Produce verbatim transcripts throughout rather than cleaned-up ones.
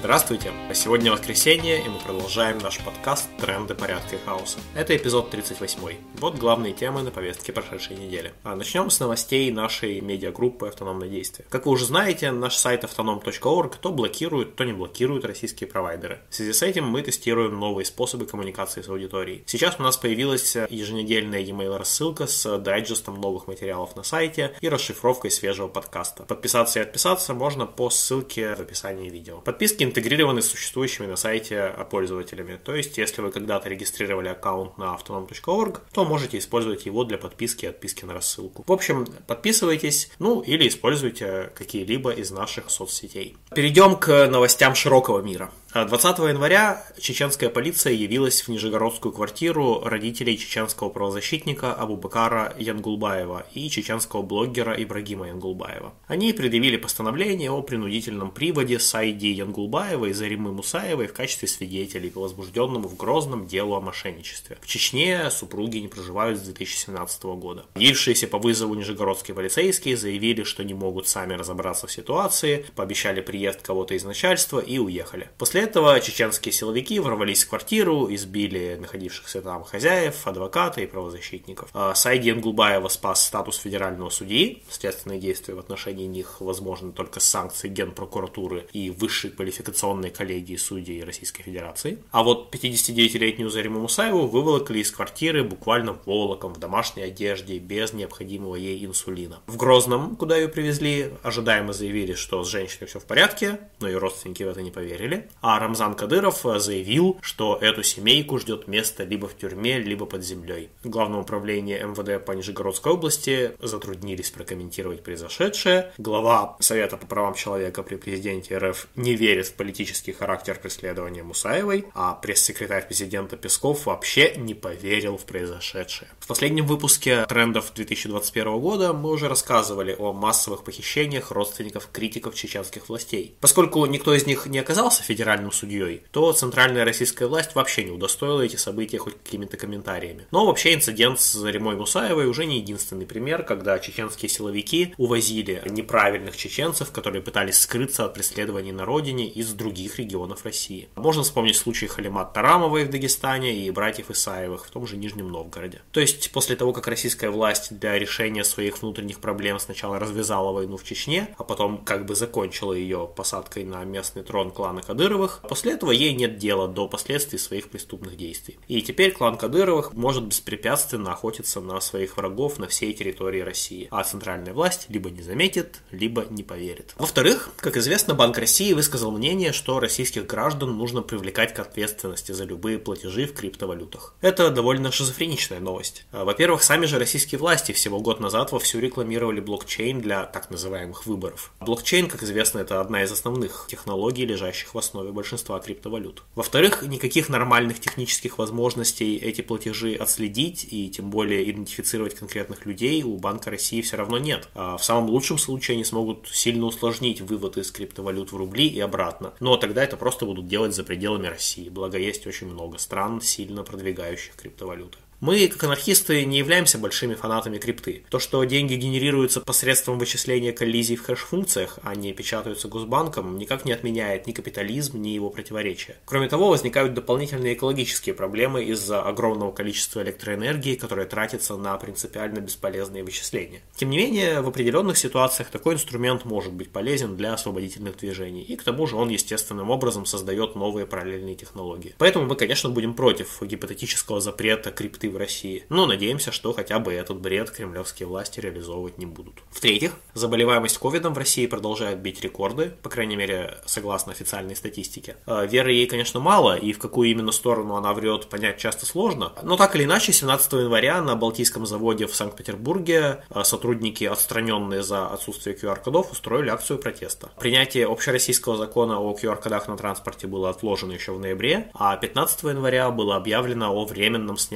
Здравствуйте! Сегодня воскресенье, и мы продолжаем наш подкаст «Тренды, порядка и хаоса». Это эпизод тридцать восемь. Вот главные темы на повестке прошедшей недели. А начнем с новостей нашей медиагруппы «Автономное действие». Как вы уже знаете, наш сайт автоном точка орг то блокирует, то не блокирует российские провайдеры. В связи с этим мы тестируем новые способы коммуникации с аудиторией. Сейчас у нас появилась еженедельная e-mail рассылка с дайджестом новых материалов на сайте и расшифровкой свежего подкаста. Подписаться и отписаться можно по ссылке в описании видео. Подписки интегрированы с существующими на сайте пользователями. То есть, если вы когда-то регистрировали аккаунт на автоном точка орг, то можете использовать его для подписки и отписки на рассылку. В общем, подписывайтесь, ну или используйте какие-либо из наших соцсетей. Перейдем к новостям широкого мира. двадцатого января чеченская полиция явилась в нижегородскую квартиру родителей чеченского правозащитника Абубакара Янгулбаева и чеченского блогера Ибрагима Янгулбаева. Они предъявили постановление о принудительном приводе Саиди Янгулбаева и Заримы Мусаевой в качестве свидетелей по возбужденному в Грозном делу о мошенничестве. В Чечне супруги не проживают с две тысячи семнадцатого года. Явившиеся по вызову нижегородские полицейские заявили, что не могут сами разобраться в ситуации, пообещали приезд кого-то из начальства и уехали. После После этого чеченские силовики ворвались в квартиру, избили находившихся там хозяев, адвоката и правозащитников. Саиди Янгулбаева спас статус федерального судьи. Следственные действия в отношении них возможны только с санкций Генпрокуратуры и Высшей квалификационной коллегии судей Российской Федерации. А вот пятидесятидевятилетнюю Зариму Мусаеву выволокли из квартиры буквально волоком в домашней одежде без необходимого ей инсулина. В Грозном, куда ее привезли, ожидаемо заявили, что с женщиной все в порядке, но ее родственники в это не поверили. А Рамзан Кадыров заявил, что эту семейку ждет место либо в тюрьме, либо под землей. Главное управление эм вэ дэ по Нижегородской области затруднились прокомментировать произошедшее. Глава Совета по правам человека при президенте эр эф не верит в политический характер преследования Мусаевой, а пресс-секретарь президента Песков вообще не поверил в произошедшее. В последнем выпуске трендов две тысячи двадцать первого года мы уже рассказывали о массовых похищениях родственников критиков чеченских властей. Поскольку никто из них не оказался федеральным судьей, то центральная российская власть вообще не удостоила эти события хоть какими-то комментариями. Но вообще инцидент с Заримой Мусаевой уже не единственный пример, когда чеченские силовики увозили неправильных чеченцев, которые пытались скрыться от преследований на родине из других регионов России. Можно вспомнить случаи Халимат Тарамовой в Дагестане и братьев Исаевых в том же Нижнем Новгороде. То есть после того, как российская власть для решения своих внутренних проблем сначала развязала войну в Чечне, а потом как бы закончила ее посадкой на местный трон клана Кадыровых, после этого ей нет дела до последствий своих преступных действий. И теперь клан Кадыровых может беспрепятственно охотиться на своих врагов на всей территории России. А центральная власть либо не заметит, либо не поверит. Во-вторых, как известно, Банк России высказал мнение, что российских граждан нужно привлекать к ответственности за любые платежи в криптовалютах. Это довольно шизофреничная новость. Во-первых, сами же российские власти всего год назад вовсю рекламировали блокчейн для так называемых выборов. Блокчейн, как известно, это одна из основных технологий, лежащих в основе большинства криптовалют. Во-вторых, никаких нормальных технических возможностей эти платежи отследить и тем более идентифицировать конкретных людей у Банка России все равно нет. А в самом лучшем случае они смогут сильно усложнить вывод из криптовалют в рубли и обратно. Но тогда это просто будут делать за пределами России, благо есть очень много стран, сильно продвигающих криптовалюты. Мы, как анархисты, не являемся большими фанатами крипты. То, что деньги генерируются посредством вычисления коллизий в хэш-функциях, а не печатаются Госбанком, никак не отменяет ни капитализм, ни его противоречия. Кроме того, возникают дополнительные экологические проблемы из-за огромного количества электроэнергии, которое тратится на принципиально бесполезные вычисления. Тем не менее, в определенных ситуациях такой инструмент может быть полезен для освободительных движений, и к тому же он естественным образом создает новые параллельные технологии. Поэтому мы, конечно, будем против гипотетического запрета крипты в России, но надеемся, что хотя бы этот бред кремлевские власти реализовывать не будут. В-третьих, заболеваемость ковидом в России продолжает бить рекорды, по крайней мере, согласно официальной статистике. Веры ей, конечно, мало, и в какую именно сторону она врет, понять часто сложно, но так или иначе, семнадцатого января на Балтийском заводе в Санкт-Петербурге сотрудники, отстраненные за отсутствие ку ар-кодов, устроили акцию протеста. Принятие общероссийского закона о ку ар-кодах на транспорте было отложено еще в ноябре, а пятнадцатого января было объявлено о временном снятии с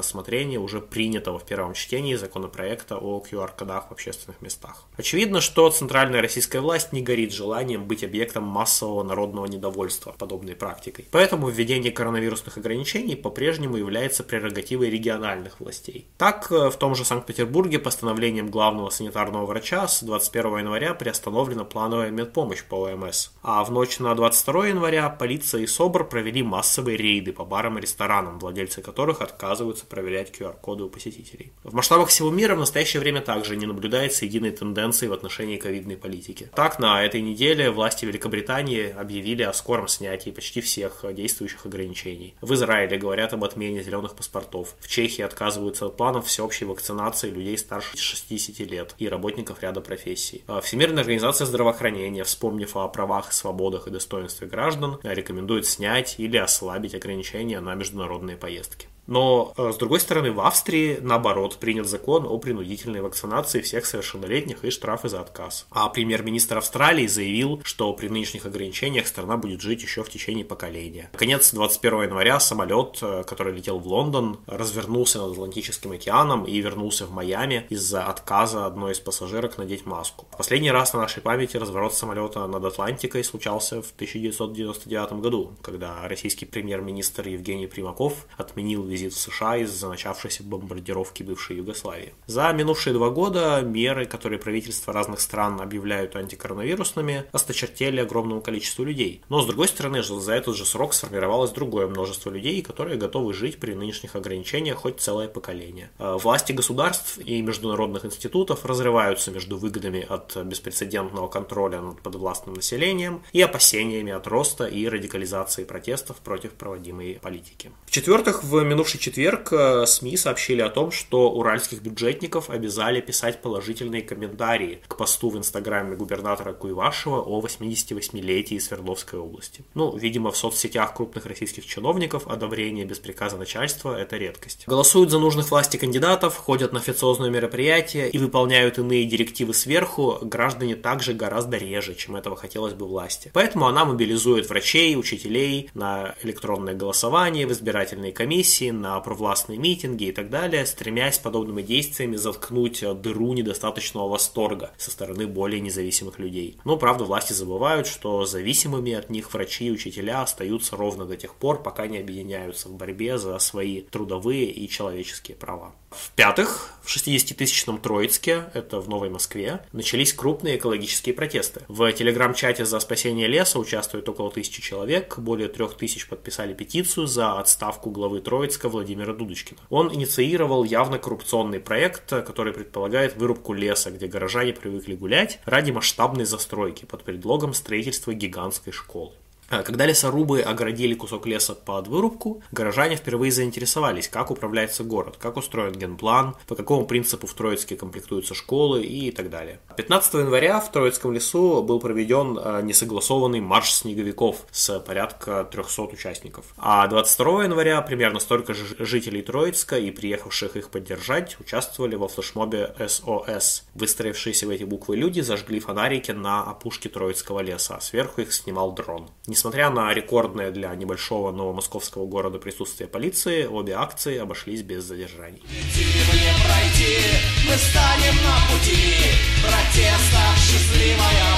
рассмотрение уже принятого в первом чтении законопроекта о ку ар-кодах в общественных местах. Очевидно, что центральная российская власть не горит желанием быть объектом массового народного недовольства подобной практикой. Поэтому введение коронавирусных ограничений по-прежнему является прерогативой региональных властей. Так, в том же Санкт-Петербурге постановлением главного санитарного врача с двадцать первого января приостановлена плановая медпомощь по о эм эс. А в ночь на двадцать второго января полиция и СОБР провели массовые рейды по барам и ресторанам, владельцы которых отказываются проверять ку ар-коды у посетителей. В масштабах всего мира в настоящее время также не наблюдается единой тенденции в отношении ковидной политики. Так, на этой неделе власти Великобритании объявили о скором снятии почти всех действующих ограничений. В Израиле говорят об отмене зеленых паспортов. В Чехии отказываются от планов всеобщей вакцинации людей старше шестидесяти лет и работников ряда профессий. Всемирная организация здравоохранения, вспомнив о правах, свободах и достоинстве граждан, рекомендует снять или ослабить ограничения на международные поездки. Но, с другой стороны, в Австрии, наоборот, принят закон о принудительной вакцинации всех совершеннолетних и штрафы за отказ. А премьер-министр Австралии заявил, что при нынешних ограничениях страна будет жить еще в течение поколения. Наконец, двадцать первого января самолет, который летел в Лондон, развернулся над Атлантическим океаном и вернулся в Майами из-за отказа одной из пассажирок надеть маску. Последний раз на нашей памяти разворот самолета над Атлантикой случался в тысяча девятьсот девяносто девятом году, когда российский премьер-министр Евгений Примаков отменил визит визит в США из-за начавшейся бомбардировки бывшей Югославии. За минувшие два года меры, которые правительства разных стран объявляют антикоронавирусными, осточертели огромному количеству людей. Но, с другой стороны, за этот же срок сформировалось другое множество людей, которые готовы жить при нынешних ограничениях хоть целое поколение. Власти государств и международных институтов разрываются между выгодами от беспрецедентного контроля над подвластным населением и опасениями от роста и радикализации протестов против проводимой политики. В-четвертых, в минувший В четверг СМИ сообщили о том, что уральских бюджетников обязали писать положительные комментарии к посту в инстаграме губернатора Куйвашева о восьмидесятивосьмилетии Свердловской области. Ну, видимо, в соцсетях крупных российских чиновников одобрение без приказа начальства – это редкость. Голосуют за нужных власти кандидатов, ходят на официозные мероприятия и выполняют иные директивы сверху граждане также гораздо реже, чем этого хотелось бы власти. Поэтому она мобилизует врачей, учителей на электронное голосование, в избирательные комиссии, на провластные митинги и так далее, стремясь подобными действиями заткнуть дыру недостаточного восторга со стороны более независимых людей. Но, правда, власти забывают, что зависимыми от них врачи и учителя остаются ровно до тех пор, пока не объединяются в борьбе за свои трудовые и человеческие права. В-пятых, в шестидесятитысячном Троицке, это в Новой Москве, начались крупные экологические протесты. В телеграм-чате за спасение леса участвует около тысячи человек, более трех тысяч подписали петицию за отставку главы Троицка Владимира Дудочкина. Он инициировал явно коррупционный проект, который предполагает вырубку леса, где горожане привыкли гулять, ради масштабной застройки под предлогом строительства гигантской школы. Когда лесорубы оградили кусок леса под вырубку, горожане впервые заинтересовались, как управляется город, как устроен генплан, по какому принципу в Троицке комплектуются школы и так далее. пятнадцатого января в Троицком лесу был проведен несогласованный марш снеговиков с порядка трехсот участников. А двадцать второго января примерно столько же жителей Троицка и приехавших их поддержать участвовали во флешмобе эс о эс. Выстроившиеся в эти буквы люди зажгли фонарики на опушке Троицкого леса, а сверху их снимал дрон. Несмотря на рекордное для небольшого новомосковского города присутствие полиции, обе акции обошлись без задержаний. Мне пройти, мы станем на пути протеста, счастливая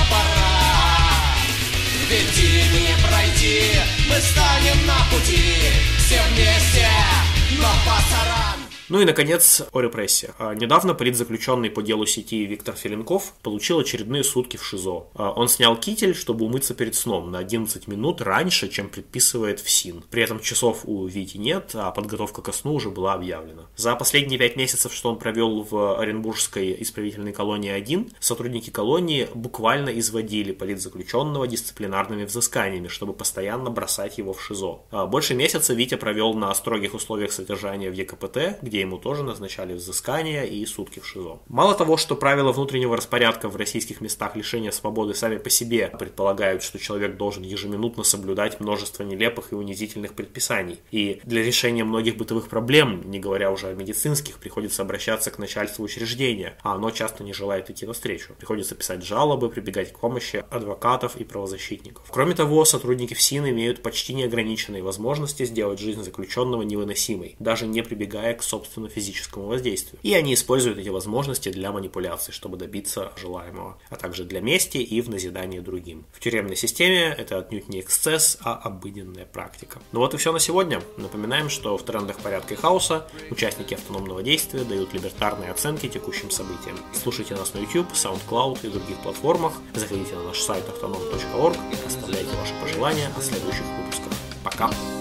пора. Веди мне пройти, мы станем на пути, все вместе, но пасаран. Ну и, наконец, о репрессиях. Недавно политзаключенный по делу сети Виктор Филенков получил очередные сутки в ШИЗО. Он снял китель, чтобы умыться перед сном на одиннадцать минут раньше, чем предписывает ФСИН. При этом часов у Вити нет, а подготовка ко сну уже была объявлена. За последние пять месяцев, что он провел в Оренбургской исправительной колонии один, сотрудники колонии буквально изводили политзаключенного дисциплинарными взысканиями, чтобы постоянно бросать его в ШИЗО. Больше месяца Витя провел на строгих условиях содержания в е ка пэ тэ, где ему тоже назначали взыскания и сутки в ШИЗО. Мало того, что правила внутреннего распорядка в российских местах лишения свободы сами по себе предполагают, что человек должен ежеминутно соблюдать множество нелепых и унизительных предписаний. И для решения многих бытовых проблем, не говоря уже о медицинских, приходится обращаться к начальству учреждения, а оно часто не желает идти навстречу. Приходится писать жалобы, прибегать к помощи адвокатов и правозащитников. Кроме того, сотрудники ФСИН имеют почти неограниченные возможности сделать жизнь заключенного невыносимой, даже не прибегая к собственному собственно, физическому воздействию. И они используют эти возможности для манипуляций, чтобы добиться желаемого, а также для мести и в назидание другим. В тюремной системе это отнюдь не эксцесс, а обыденная практика. Ну вот и все на сегодня. Напоминаем, что в трендах порядка и хаоса участники автономного действия дают либертарные оценки текущим событиям. Слушайте нас на YouTube, SoundCloud и других платформах. Заходите на наш сайт автоном точка орг, оставляйте ваши пожелания о следующих выпусках. Пока!